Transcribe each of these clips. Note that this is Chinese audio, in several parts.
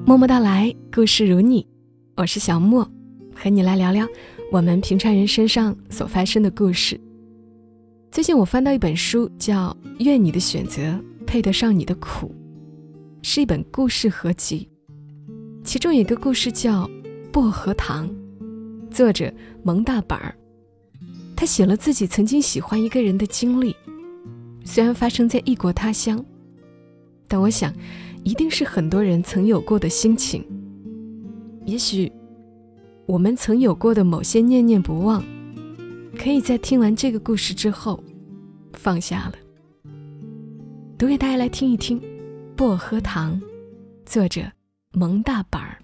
默默到来，故事如你，我是小莫，和你来聊聊我们平常人身上所发生的故事。最近我翻到一本书，叫《愿你的选择配得上你的苦》，是一本故事合集，其中有一个故事叫《薄荷糖》，作者蒙大本儿。他写了自己曾经喜欢一个人的经历，虽然发生在异国他乡，但我想一定是很多人曾有过的心情。也许我们曾有过的某些念念不忘，可以在听完这个故事之后放下了。读给大家来听一听《薄荷糖》，作者蒙大本儿。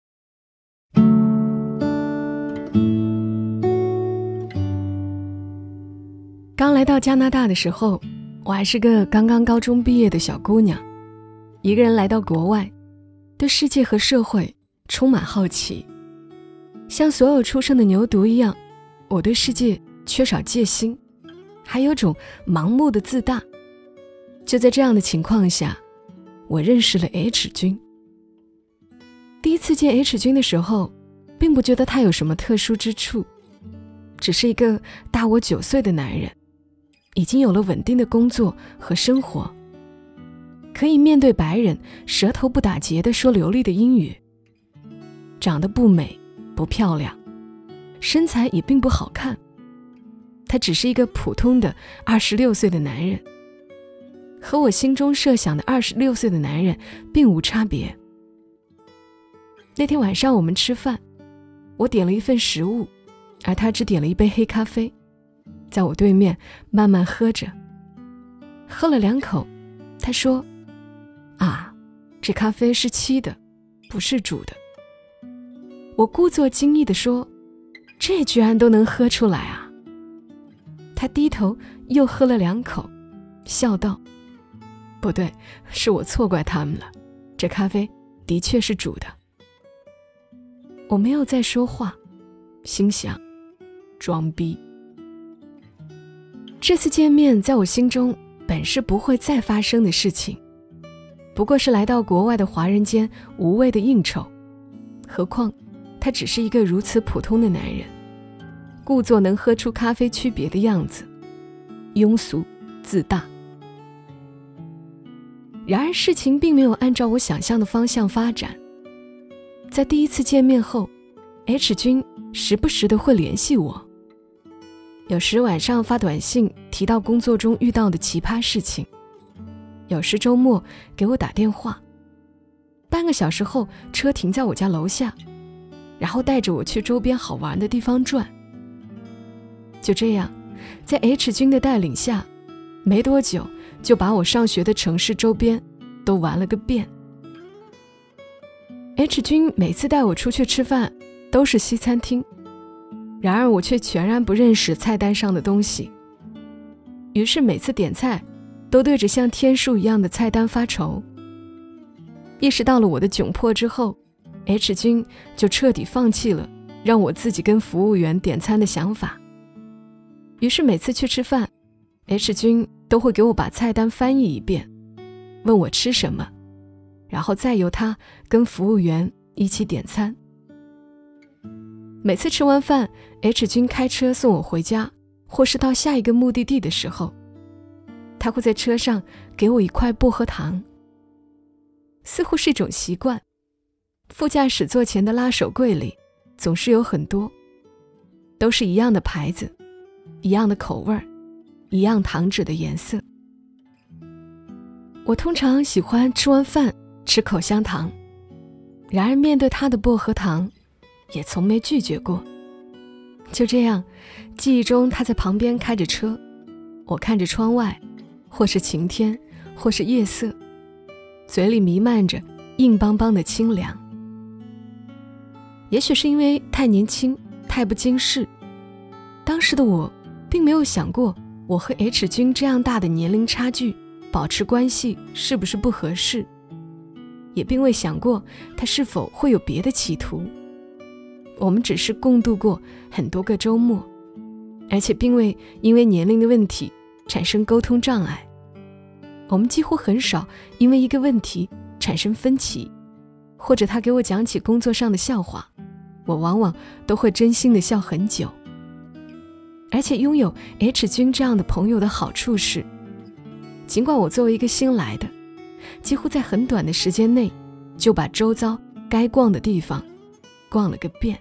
刚来到加拿大的时候，我还是个刚刚高中毕业的小姑娘，一个人来到国外，对世界和社会充满好奇。像所有出生的牛犊一样，我对世界缺少戒心，还有种盲目的自大。就在这样的情况下，我认识了 H 君。第一次见 H 君的时候，并不觉得他有什么特殊之处，只是一个大我9岁的男人，已经有了稳定的工作和生活，可以面对白人舌头不打结地说流利的英语，长得不美不漂亮，身材也并不好看，他只是一个普通的26岁的男人，和我心中设想的26岁的男人并无差别。那天晚上我们吃饭，我点了一份食物，而他只点了一杯黑咖啡，在我对面慢慢喝着。喝了2口，他说：这咖啡是沏的，不是煮的。我故作惊异地说：这居然都能喝出来啊！他低头又喝了2口，笑道：不对，是我错怪他们了，这咖啡的确是煮的。我没有再说话，心想装逼。这次见面在我心中本是不会再发生的事情，不过是来到国外的华人间无谓的应酬，何况他只是一个如此普通的男人，故作能喝出咖啡区别的样子，庸俗自大。然而事情并没有按照我想象的方向发展。在第一次见面后， H 君时不时地会联系我，有时晚上发短信提到工作中遇到的奇葩事情，有时周末给我打电话，半个小时后车停在我家楼下，然后带着我去周边好玩的地方转。就这样，在 H 君的带领下，没多久就把我上学的城市周边都玩了个遍。H 君每次带我出去吃饭都是西餐厅，然而我却全然不认识菜单上的东西，于是每次点菜都对着像天书一样的菜单发愁。意识到了我的窘迫之后， H 君就彻底放弃了让我自己跟服务员点餐的想法。于是每次去吃饭， H 君都会给我把菜单翻译一遍，问我吃什么，然后再由他跟服务员一起点餐。每次吃完饭， H 君开车送我回家，或是到下一个目的地的时候，他会在车上给我一块薄荷糖。似乎是一种习惯，副驾驶座前的拉手柜里总是有很多，都是一样的牌子，一样的口味，一样糖纸的颜色。我通常喜欢吃完饭吃口香糖，然而面对他的薄荷糖也从没拒绝过。就这样，记忆中他在旁边开着车，我看着窗外，或是晴天，或是夜色，嘴里弥漫着硬邦邦的清凉。也许是因为太年轻，太不经事，当时的我并没有想过我和 H 君这样大的年龄差距保持关系是不是不合适，也并未想过他是否会有别的企图。我们只是共度过很多个周末，而且并未因为年龄的问题产生沟通障碍。我们几乎很少因为一个问题产生分歧， 或者他给我讲起工作上的笑话，我往往都会真心的笑很久。而且拥有 H 君这样的朋友的好处是，尽管我作为一个新来的，几乎在很短的时间内就把周遭该逛的地方逛了个遍。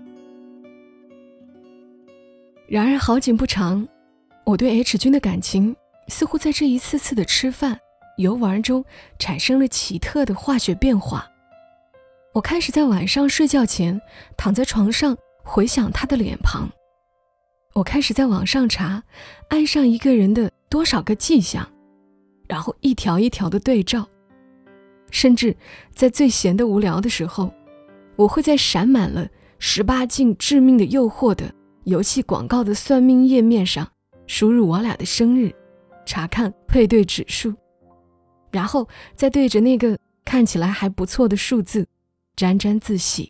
然而好景不长，我对 H 君的感情似乎在这一次次的吃饭游玩中产生了奇特的化学变化。我开始在晚上睡觉前躺在床上回想他的脸庞，我开始在网上查爱上一个人的多少个迹象，然后一条一条的对照。甚至在最闲的无聊的时候，我会在闪满了18禁致命的诱惑的游戏广告的算命页面上输入我俩的生日，查看配对指数，然后再对着那个看起来还不错的数字沾沾自喜。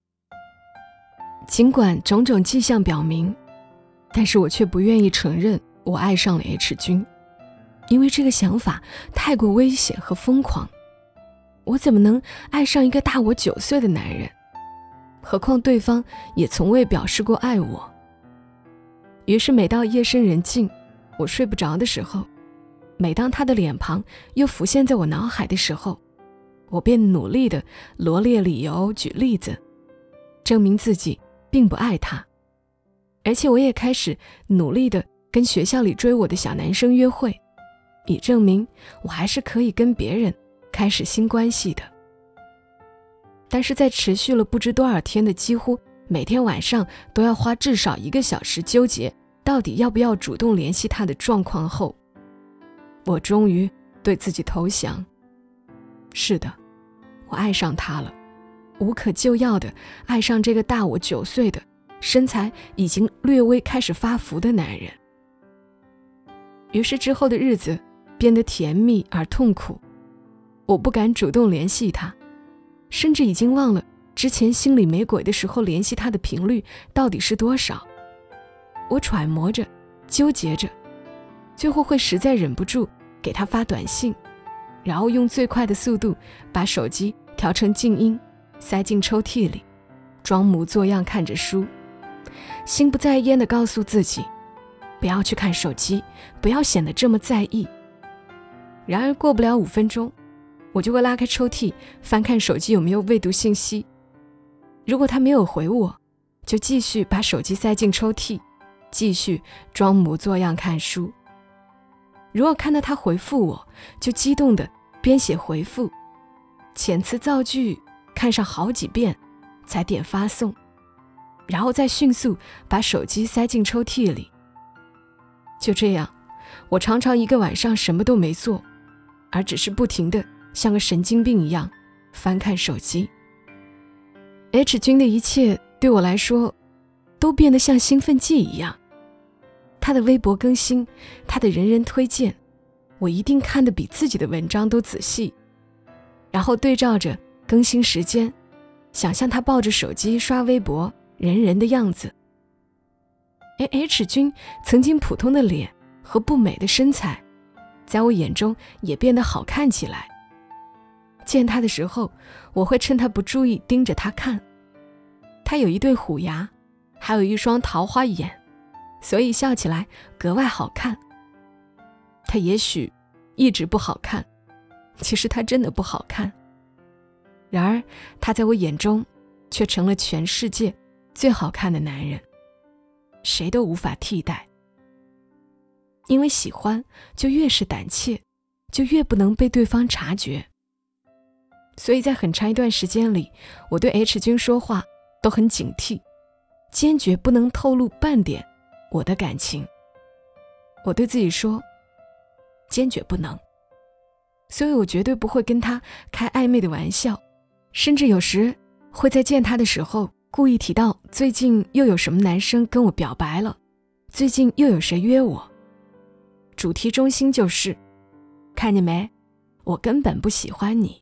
尽管种种迹象表明，但是我却不愿意承认我爱上了 H 君，因为这个想法太过危险和疯狂。我怎么能爱上一个大我9岁的男人？何况对方也从未表示过爱我。于是每到夜深人静，我睡不着的时候，每当他的脸庞又浮现在我脑海的时候，我便努力地罗列理由，举例子，证明自己并不爱他。而且我也开始努力地跟学校里追我的小男生约会，以证明我还是可以跟别人开始新关系的。但是在持续了不知多少天的几乎每天晚上都要花至少1个小时纠结到底要不要主动联系他的状况后，我终于对自己投降。是的，我爱上他了，无可救药的爱上这个大我9岁的身材已经略微开始发福的男人。于是之后的日子变得甜蜜而痛苦，我不敢主动联系他，甚至已经忘了之前心里没鬼的时候联系他的频率到底是多少。我揣摩着，纠结着，最后会实在忍不住给他发短信，然后用最快的速度把手机调成静音，塞进抽屉里，装模作样看着书，心不在焉地告诉自己不要去看手机，不要显得这么在意。然而过不了5分钟，我就会拉开抽屉翻看手机有没有未读信息，如果他没有回我，就继续把手机塞进抽屉，继续装模作样看书。如果看到他回复我，就激动地编写回复，遣词造句看上好几遍才点发送，然后再迅速把手机塞进抽屉里。就这样，我常常一个晚上什么都没做，而只是不停地像个神经病一样翻看手机。H 君的一切对我来说都变得像兴奋剂一样，他的微博更新，他的人人推荐，我一定看得比自己的文章都仔细，然后对照着更新时间，想象他抱着手机刷微博人人的样子。H 君曾经普通的脸和不美的身材，在我眼中也变得好看起来。见他的时候，我会趁他不注意盯着他看。他有一对虎牙，还有一双桃花眼，所以笑起来格外好看。他也许一直不好看，其实他真的不好看。然而他在我眼中却成了全世界最好看的男人，谁都无法替代。因为喜欢就越是胆怯，就越不能被对方察觉。所以在很长一段时间里，我对 H 君说话都很警惕，坚决不能透露半点我的感情。我对自己说，坚决不能。所以我绝对不会跟他开暧昧的玩笑，甚至有时会在见他的时候故意提到最近又有什么男生跟我表白了，最近又有谁约我。主题中心就是看见没，我根本不喜欢你。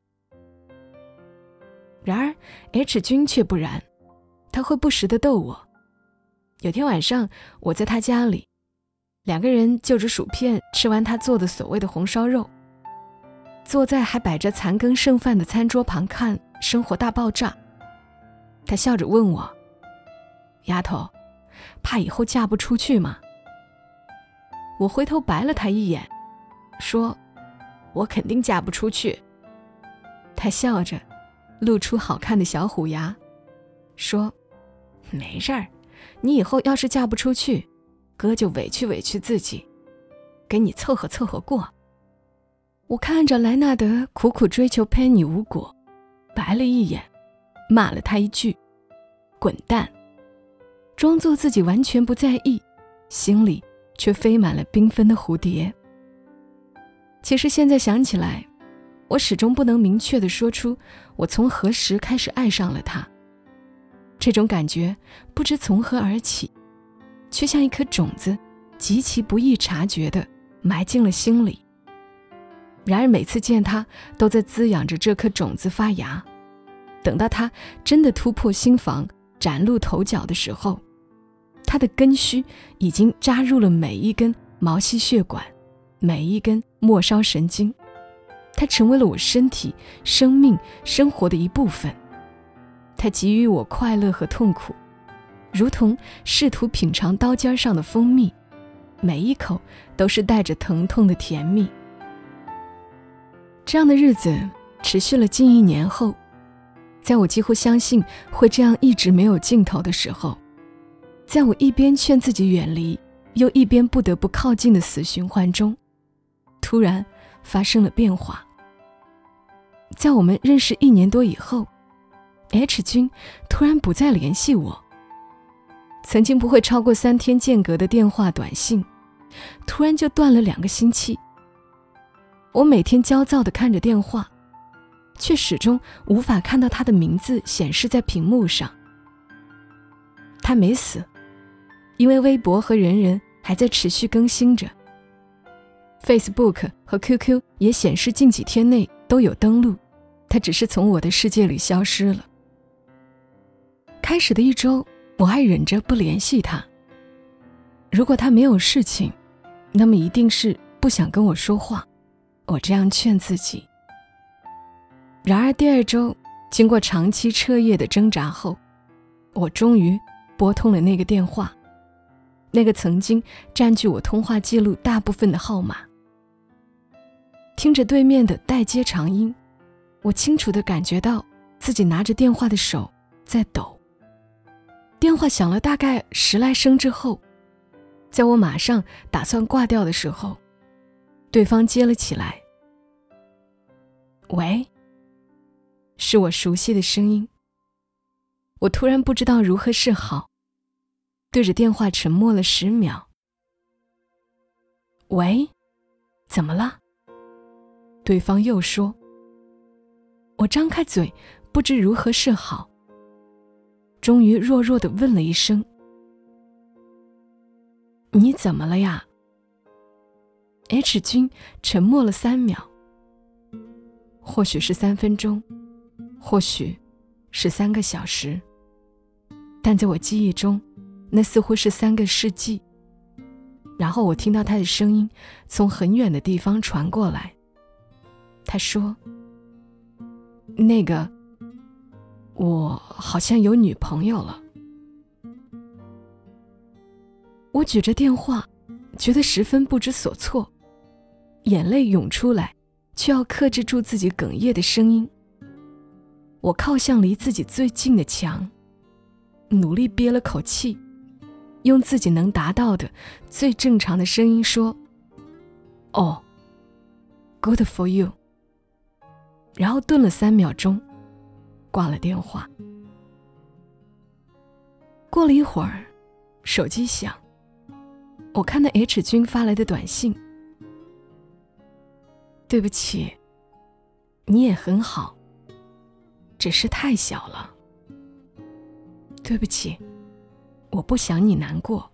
然而 H 君却不然，他会不时地逗我。有天晚上我在他家里，2个人就着薯片吃完他做的所谓的红烧肉，坐在还摆着残羹剩饭的餐桌旁看生活大爆炸。他笑着问我，丫头，怕以后嫁不出去吗？我回头白了他一眼，说我肯定嫁不出去。他笑着露出好看的小虎牙，说没事儿，你以后要是嫁不出去，哥就委屈委屈自己，给你凑合凑合过。我看着莱纳德苦苦追求佩妮无果，白了一眼，骂了他一句滚蛋，装作自己完全不在意，心里却飞满了缤纷的蝴蝶。其实现在想起来，我始终不能明确地说出我从何时开始爱上了他。这种感觉不知从何而起，却像一颗种子，极其不易察觉地埋进了心里。然而每次见他，都在滋养着这颗种子发芽。等到他真的突破心房，崭露头角的时候，他的根须已经扎入了每一根毛细血管，每一根末梢神经。他成为了我身体、生命、生活的一部分。他给予我快乐和痛苦，如同试图品尝刀尖上的蜂蜜，每一口都是带着疼痛的甜蜜。这样的日子持续了近1年后，在我几乎相信会这样一直没有尽头的时候，在我一边劝自己远离，又一边不得不靠近的死循环中，突然发生了变化。在我们认识1年多以后， H 君突然不再联系我，曾经不会超过3天间隔的电话短信，突然就断了2个星期。我每天焦躁地看着电话，却始终无法看到他的名字显示在屏幕上。他没死，因为微博和人人还在持续更新着， Facebook 和 QQ 也显示近几天内都有登录，他只是从我的世界里消失了。开始的1周，我还忍着不联系他。如果他没有事情，那么一定是不想跟我说话，我这样劝自己。然而第2周，经过长期彻夜的挣扎后，我终于拨通了那个电话，那个曾经占据我通话记录大部分的号码。听着对面的待接长音，我清楚地感觉到自己拿着电话的手在抖。电话响了大概10来声之后，在我马上打算挂掉的时候，对方接了起来。喂，是我熟悉的声音。我突然不知道如何是好，对着电话沉默了10秒。喂，怎么了？对方又说。我张开嘴，不知如何是好，终于弱弱地问了一声，你怎么了呀？ H 君沉默了3秒，或许是3分钟，或许是3个小时，但在我记忆中，那似乎是3个世纪。然后我听到他的声音从很远的地方传过来，他说，那个，我好像有女朋友了。我举着电话，觉得十分不知所措，眼泪涌出来，却要克制住自己哽咽的声音。我靠向离自己最近的墙，努力憋了口气，用自己能达到的最正常的声音说，哦 good for you。 然后顿了3秒钟，挂了电话。过了一会儿，手机响，我看到 H 君发来的短信，对不起，你也很好，只是太小了。对不起，我不想你难过。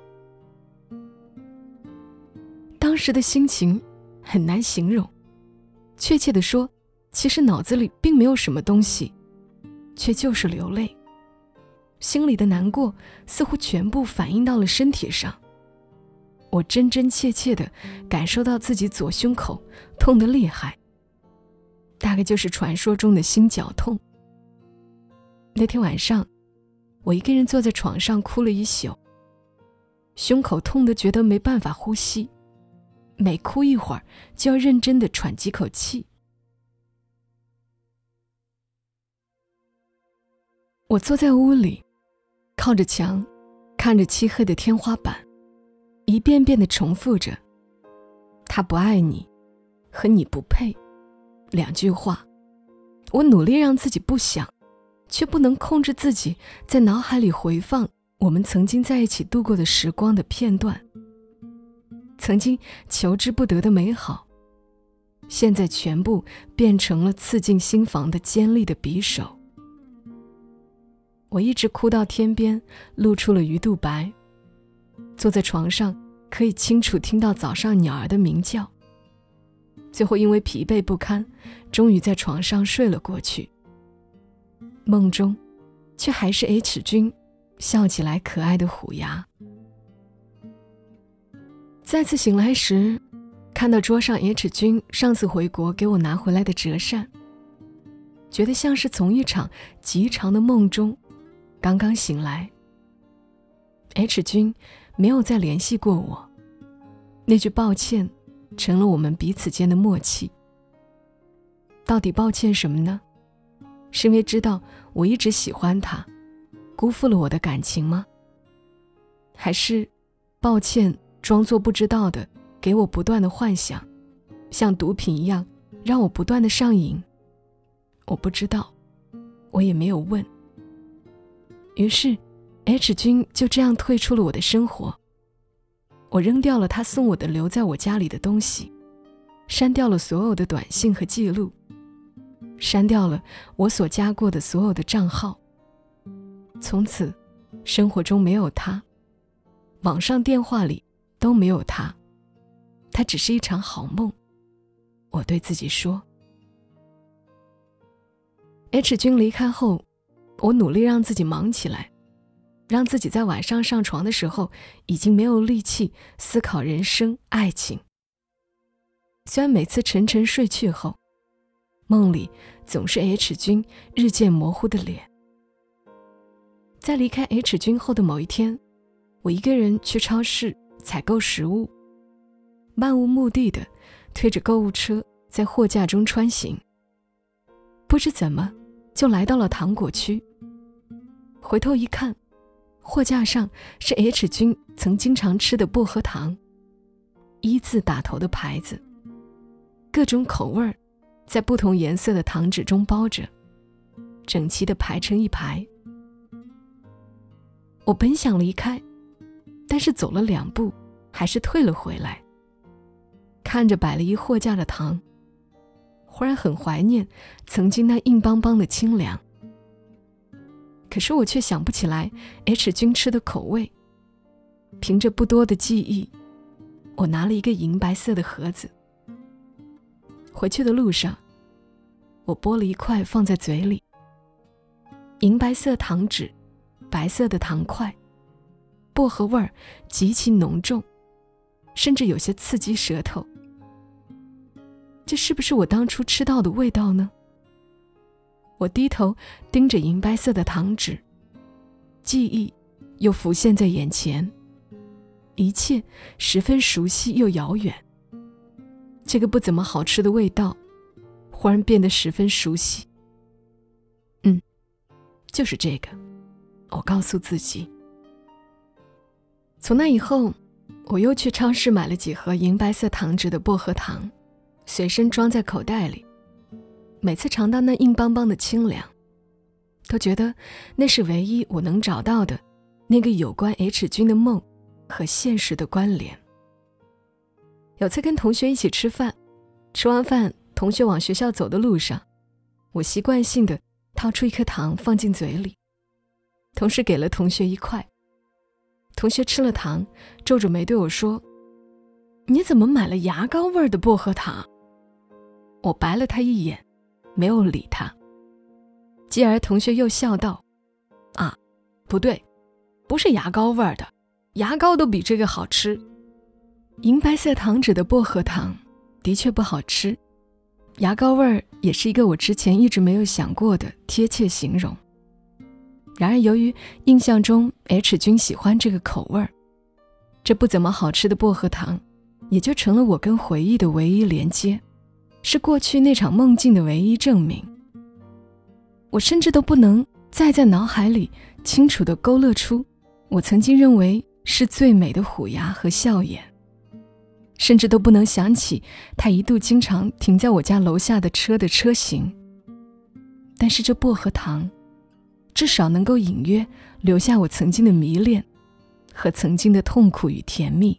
当时的心情很难形容，确切地说，其实脑子里并没有什么东西，却就是流泪。心里的难过似乎全部反映到了身体上，我真真切切地感受到自己左胸口痛得厉害，大概就是传说中的心绞痛。 那天晚上，我一个人坐在床上哭了一宿，胸口痛得觉得没办法呼吸，每哭一会儿就要认真地喘几口气。我坐在屋里，靠着墙，看着漆黑的天花板，一遍遍地重复着他不爱你和你不配2句话。我努力让自己不想，却不能控制自己在脑海里回放我们曾经在一起度过的时光的片段。曾经求之不得的美好，现在全部变成了刺进心房的尖利的匕首。我一直哭到天边，露出了鱼肚白，坐在床上可以清楚听到早上鸟儿的鸣叫。最后因为疲惫不堪，终于在床上睡了过去。梦中却还是 H 君笑起来可爱的虎牙。再次醒来时，看到桌上 H 君上次回国给我拿回来的折扇，觉得像是从一场极长的梦中刚刚醒来。H 君没有再联系过我，那句抱歉成了我们彼此间的默契。到底抱歉什么呢？是因为知道我一直喜欢他，辜负了我的感情吗？还是抱歉装作不知道的给我不断的幻想，像毒品一样让我不断的上瘾？我不知道，我也没有问。于是 H 君就这样退出了我的生活。我扔掉了他送我的留在我家里的东西，删掉了所有的短信和记录，删掉了我所加过的所有的账号。从此生活中没有他，网上电话里都没有他，他只是一场好梦，我对自己说。H 君离开后，我努力让自己忙起来，让自己在晚上上床的时候已经没有力气思考人生爱情。虽然每次沉沉睡去后，梦里总是 H 君日渐模糊的脸。在离开 H 君后的某一天，我一个人去超市采购食物，漫无目的的推着购物车在货架中穿行，不知怎么就来到了糖果区。回头一看，货架上是 H 君曾经常吃的薄荷糖，1字打头的牌子，各种口味在不同颜色的糖纸中包着，整齐地排成一排。我本想离开，但是走了2步还是退了回来。看着摆了一货架的糖，忽然很怀念曾经那硬邦邦的清凉。可是我却想不起来 H 君吃的口味。凭着不多的记忆，我拿了一个银白色的盒子。回去的路上，我剥了一块放在嘴里，银白色糖纸，白色的糖块，薄荷味儿极其浓重，甚至有些刺激舌头。这是不是我当初吃到的味道呢？我低头盯着银白色的糖纸，记忆又浮现在眼前，一切十分熟悉又遥远。这个不怎么好吃的味道忽然变得十分熟悉。就是这个，我告诉自己。从那以后，我又去超市买了几盒银白色糖纸的薄荷糖，随身装在口袋里。每次尝到那硬邦邦的清凉，都觉得那是唯一我能找到的那个有关 H 君的梦和现实的关联。有次跟同学一起吃饭，吃完饭，同学往学校走的路上，我习惯性地掏出一颗糖放进嘴里，同时给了同学1块。同学吃了糖，皱着眉对我说：“你怎么买了牙膏味的薄荷糖？”我白了他一眼，没有理他。继而同学又笑道：“啊，不对，不是牙膏味的，牙膏都比这个好吃。”银白色糖纸的薄荷糖的确不好吃，牙膏味也是一个我之前一直没有想过的贴切形容。 然而由于印象中 H 君喜欢这个口味儿，这不怎么好吃的薄荷糖也就成了我跟回忆的唯一连接，是过去那场梦境的唯一证明。我甚至都不能再在脑海里清楚地勾勒出我曾经认为是最美的虎牙和笑颜，甚至都不能想起它一度经常停在我家楼下的车的车型。但是这薄荷糖至少能够隐约留下我曾经的迷恋和曾经的痛苦与甜蜜。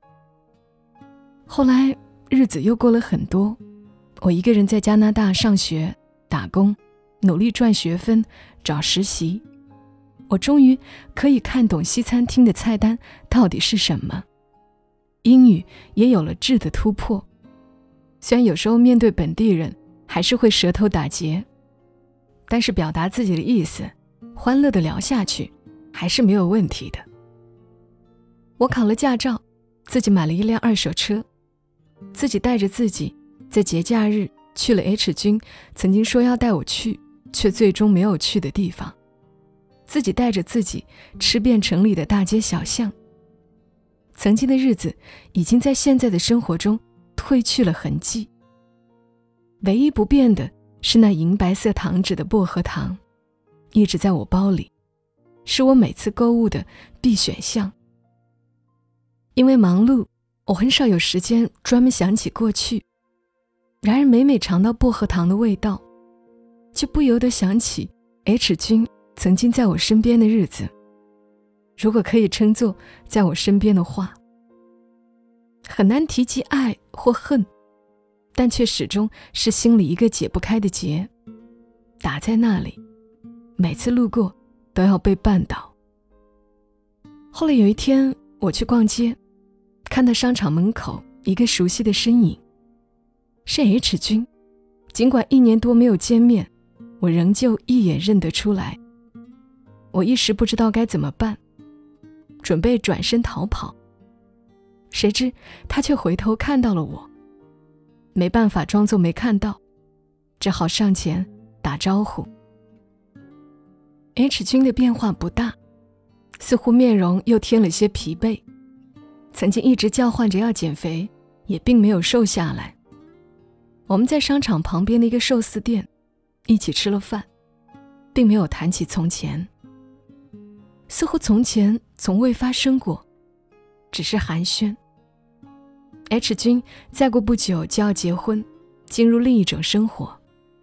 后来日子又过了很多，我一个人在加拿大上学打工，努力赚学分找实习，我终于可以看懂西餐厅的菜单到底是什么，英语也有了质的突破。虽然有时候面对本地人还是会舌头打结，但是表达自己的意思，欢乐地聊下去还是没有问题的。我考了驾照，自己买了一辆二手车，自己带着自己在节假日去了 H 君曾经说要带我去却最终没有去的地方，自己带着自己吃遍城里的大街小巷。曾经的日子已经在现在的生活中褪去了痕迹，唯一不变的是那银白色糖纸的薄荷糖，一直在我包里，是我每次购物的必选项。因为忙碌，我很少有时间专门想起过去，然而每每尝到薄荷糖的味道，就不由得想起 H 君曾经在我身边的日子，如果可以称作在我身边的话。很难提及爱或恨，但却始终是心里一个解不开的结，打在那里，每次路过都要被绊倒。后来有一天我去逛街，看到商场门口一个熟悉的身影，是 H 君。尽管1年多没有见面，我仍旧一眼认得出来。我一时不知道该怎么办，准备转身逃跑，谁知他却回头看到了我，没办法装作没看到，只好上前打招呼。H 君的变化不大，似乎面容又添了些疲惫，曾经一直叫唤着要减肥，也并没有瘦下来。我们在商场旁边的一个寿司店一起吃了饭，并没有谈起从前，似乎从前从未发生过，只是寒暄。H 君再过不久就要结婚，进入另一种生活。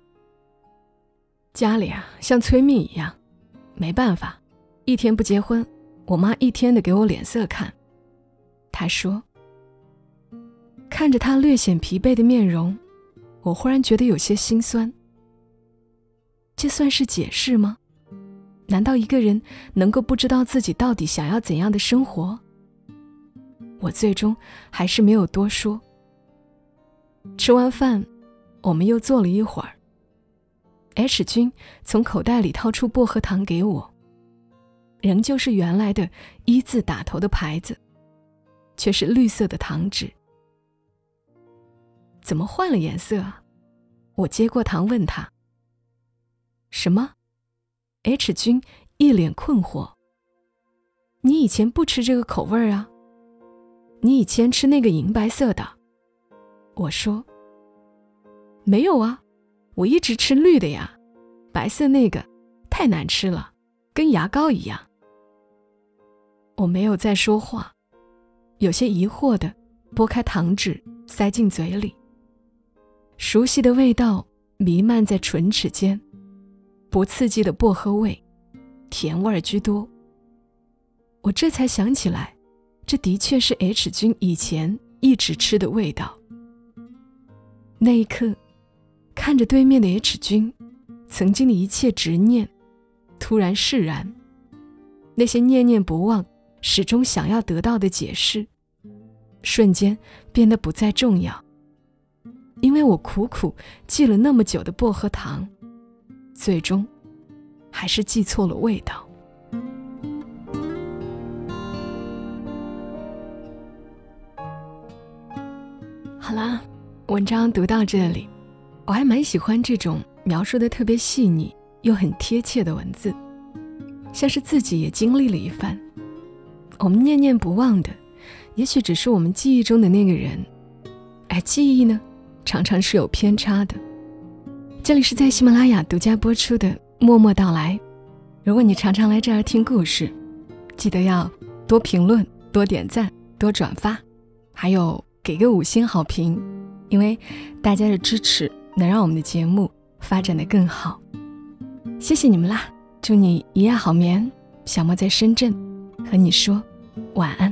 家里像催命一样，没办法，一天不结婚，我妈一天的给我脸色看。她说，看着她略显疲惫的面容，我忽然觉得有些心酸。这算是解释吗？难道一个人能够不知道自己到底想要怎样的生活？我最终还是没有多说。吃完饭，我们又坐了一会儿。H 君从口袋里掏出薄荷糖给我，仍旧是原来的一字打头的牌子，却是绿色的糖纸。怎么换了颜色啊？我接过糖问他。什么？ H 君一脸困惑。你以前不吃这个口味啊？你以前吃那个银白色的。我说，没有啊，我一直吃绿的呀，白色那个太难吃了，跟牙膏一样。我没有再说话，有些疑惑地拨开糖纸塞进嘴里。熟悉的味道弥漫在唇齿间，不刺激的薄荷味，甜味居多。我这才想起来，这的确是 H 君以前一直吃的味道。那一刻，看着对面的 H 君，曾经的一切执念突然释然，那些念念不忘始终想要得到的解释，瞬间变得不再重要。因为我苦苦记了那么久的薄荷糖，最终还是记错了味道。好啦，文章读到这里，我还蛮喜欢这种描述的特别细腻又很贴切的文字。 像是自己也经历了一番。我们念念不忘的，也许只是我们记忆中的那个人，而记忆呢，常常是有偏差的。这里是在喜马拉雅独家播出的默默到来。如果你常常来这儿听故事，记得要多评论、多点赞、多转发，还有给个5星好评，因为大家的支持能让我们的节目发展得更好。谢谢你们啦，祝你一夜好眠。小莫在深圳和你说晚安。